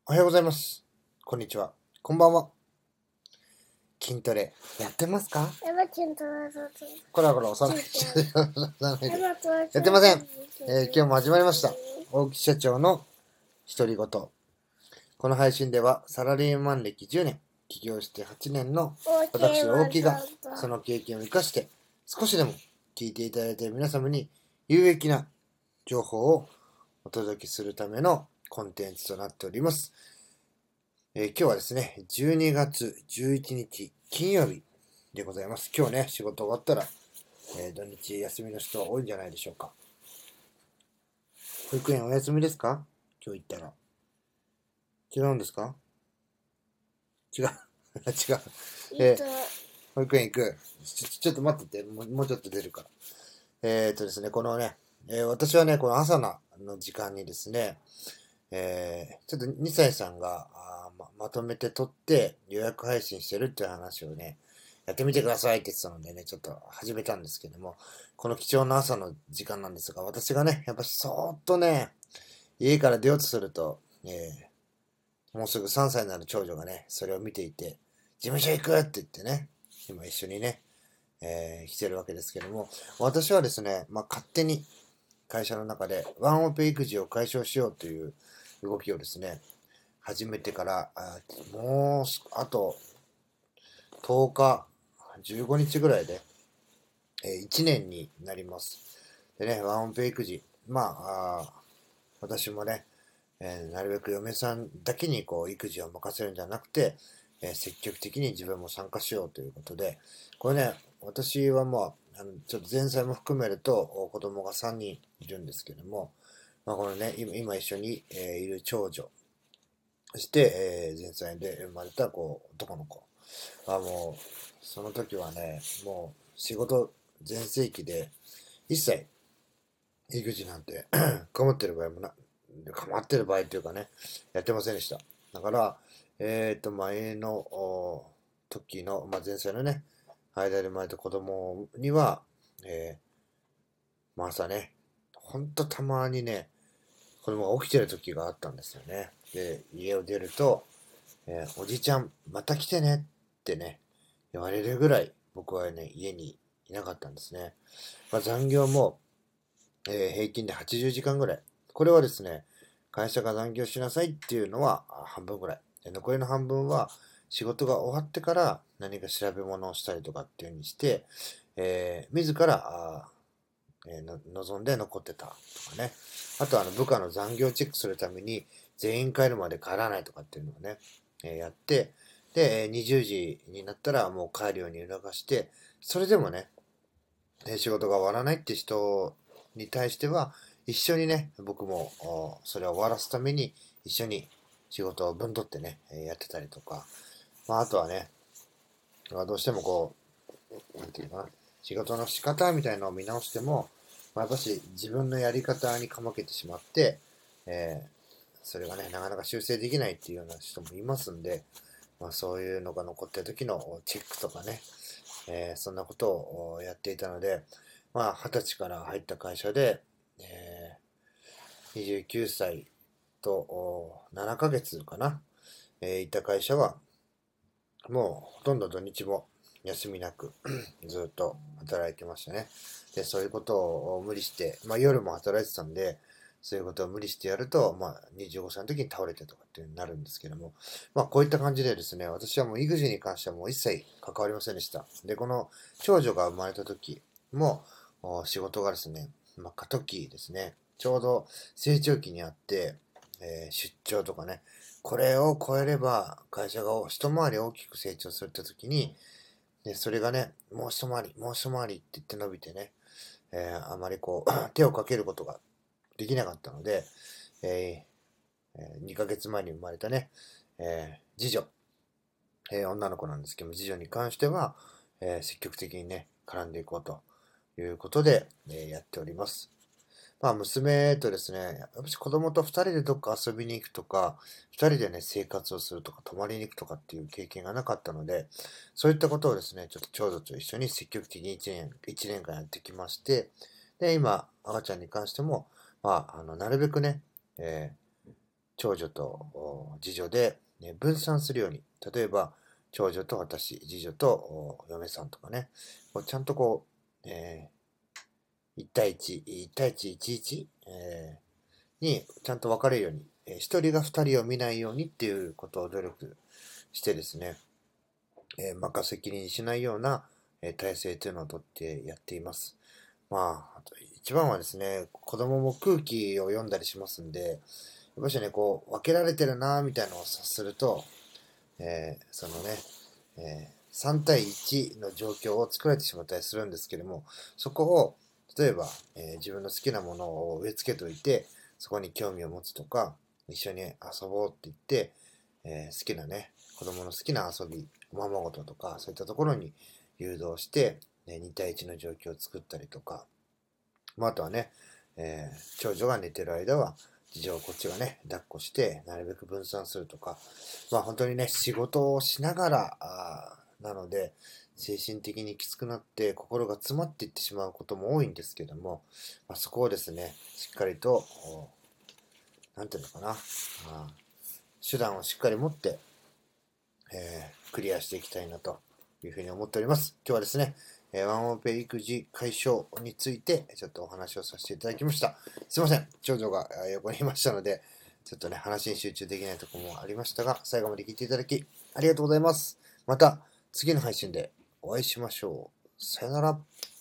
おはようございます。こんにちは。こんばんは。筋トレやってますか？こらこら幼いやってません。今日も始まりました。大木社長の独り言。この配信ではサラリーマン歴10年、起業して8年の私大木がその経験を生かして少しでも聞いていただいている皆様に有益な情報をお届けするためのコンテンツとなっております。今日はですね、12月11日金曜日でございます。今日ね、仕事終わったら、土日休みの人多いんじゃないでしょうか。保育園お休みですか？今日行ったら。違うんですか？違う。違う。保育園行く。ちょっと待ってて、もうちょっと出るから。ですね、このね、私はね、この朝の時間にですね、ちょっと2歳さんがまとめて撮って予約配信してるっていう話をね、やってみてくださいって言ってたのでね、ちょっと始めたんですけども、この貴重な朝の時間なんですが、私がね、やっぱそーっとね、家から出ようとすると、もうすぐ3歳になる長女がね、それを見ていて、事務所行くって言ってね、今一緒にね、来てるわけですけども、私はですね、勝手に会社の中でワンオペ育児を解消しようという動きをですね、始めてから、もうあと10日、15日ぐらいで、1年になります。でね、ワンオペ育児、私もね、なるべく嫁さんだけにこう育児を任せるんじゃなくて、積極的に自分も参加しようということで、これね、私はちょっと前妻も含めると子供が3人いるんですけども、このね、今一緒に、いる長女、そして、前妻で生まれた男の子はもう、その時はね、もう仕事全盛期で、一切育児なんて構ってる場合も構ってる場合というかね、やってませんでした。だから、前の時の、前妻のね、間で生まれた子供には、朝ね、ほんとたまにね、子供が起きてる時があったんですよね。で、家を出ると、おじちゃん、また来てねってね、言われるぐらい僕はね、家にいなかったんですね。残業も、平均で80時間ぐらい。これはですね、会社が残業しなさいっていうのは半分ぐらい。残りの半分は仕事が終わってから何か調べ物をしたりとかっていう風にして、自ら望んで残ってたとかね。あと部下の残業をチェックするために全員帰るまで帰らないとかっていうのをね、やって、で、20時になったらもう帰るように促して、それでもね、仕事が終わらないって人に対しては、一緒にね、僕もそれを終わらすために一緒に仕事を分取ってね、やってたりとか、あとはね、どうしてもなんていうかな、仕事の仕方みたいなのを見直しても、やっぱし自分のやり方にかまけてしまって、それがね、なかなか修正できないっていうような人もいますんで、そういうのが残ってる時のチェックとかね、そんなことをやっていたので、20歳から入った会社で、29歳と7ヶ月かな、いた会社は、もうほとんど土日も休みなくずっと働いてましたね。で、そういうことを無理して、夜も働いてたんで、そういうことを無理してやると、25歳の時に倒れてとかっていうになるんですけども、こういった感じでですね、私はもう育児に関してはもう一切関わりませんでした。で、この長女が生まれた時も、仕事がですね、過渡期ですね、ちょうど成長期にあって、出張とかね、これを超えれば会社が一回り大きく成長するって時に、それがね、もう一回り、もう一回りって言って伸びてね、あまり手をかけることができなかったので、2ヶ月前に生まれたね、次女、女の子なんですけども、次女に関しては、積極的にね、絡んでいこうということで、やっております。娘とですね、やっぱり子供と二人でどっか遊びに行くとか、二人でね、生活をするとか、泊まりに行くとかっていう経験がなかったので、そういったことをですね、ちょっと長女と一緒に積極的に一年間やってきまして、で、今、赤ちゃんに関しても、なるべくね、 長女と次女で、ね、分散するように、例えば長女と私、次女と嫁さんとかね、ちゃんと1対1、1対1、11、にちゃんと分かれるように、1人が2人を見ないようにっていうことを努力してですね、任せきりにしないような、体制というのをとってやっています。あと一番はですね、子供も空気を読んだりしますんで、やっぱしね、分けられてるなみたいなのを察すると、そのね、3対1の状況を作られてしまったりするんですけども、そこを、例えば、自分の好きなものを植え付けといて、そこに興味を持つとか、一緒に遊ぼうって言って、好きなね、子供の好きな遊び、おままごととか、そういったところに誘導して、2対1の状況を作ったりとか、あとはね、長女が寝てる間は、次女をこっちがね、抱っこして、なるべく分散するとか、本当にね、仕事をしながら、なので、精神的にきつくなって心が詰まっていってしまうことも多いんですけども、そこをですね、しっかりと、なんていうのかな、手段をしっかり持って、クリアしていきたいなというふうに思っております。今日はですね、ワンオペ育児解消についてちょっとお話をさせていただきました。すいません、長女が横にいましたので、ちょっとね、話に集中できないところもありましたが、最後まで聞いていただきありがとうございます。また次の配信でお会いしましょう。さよなら。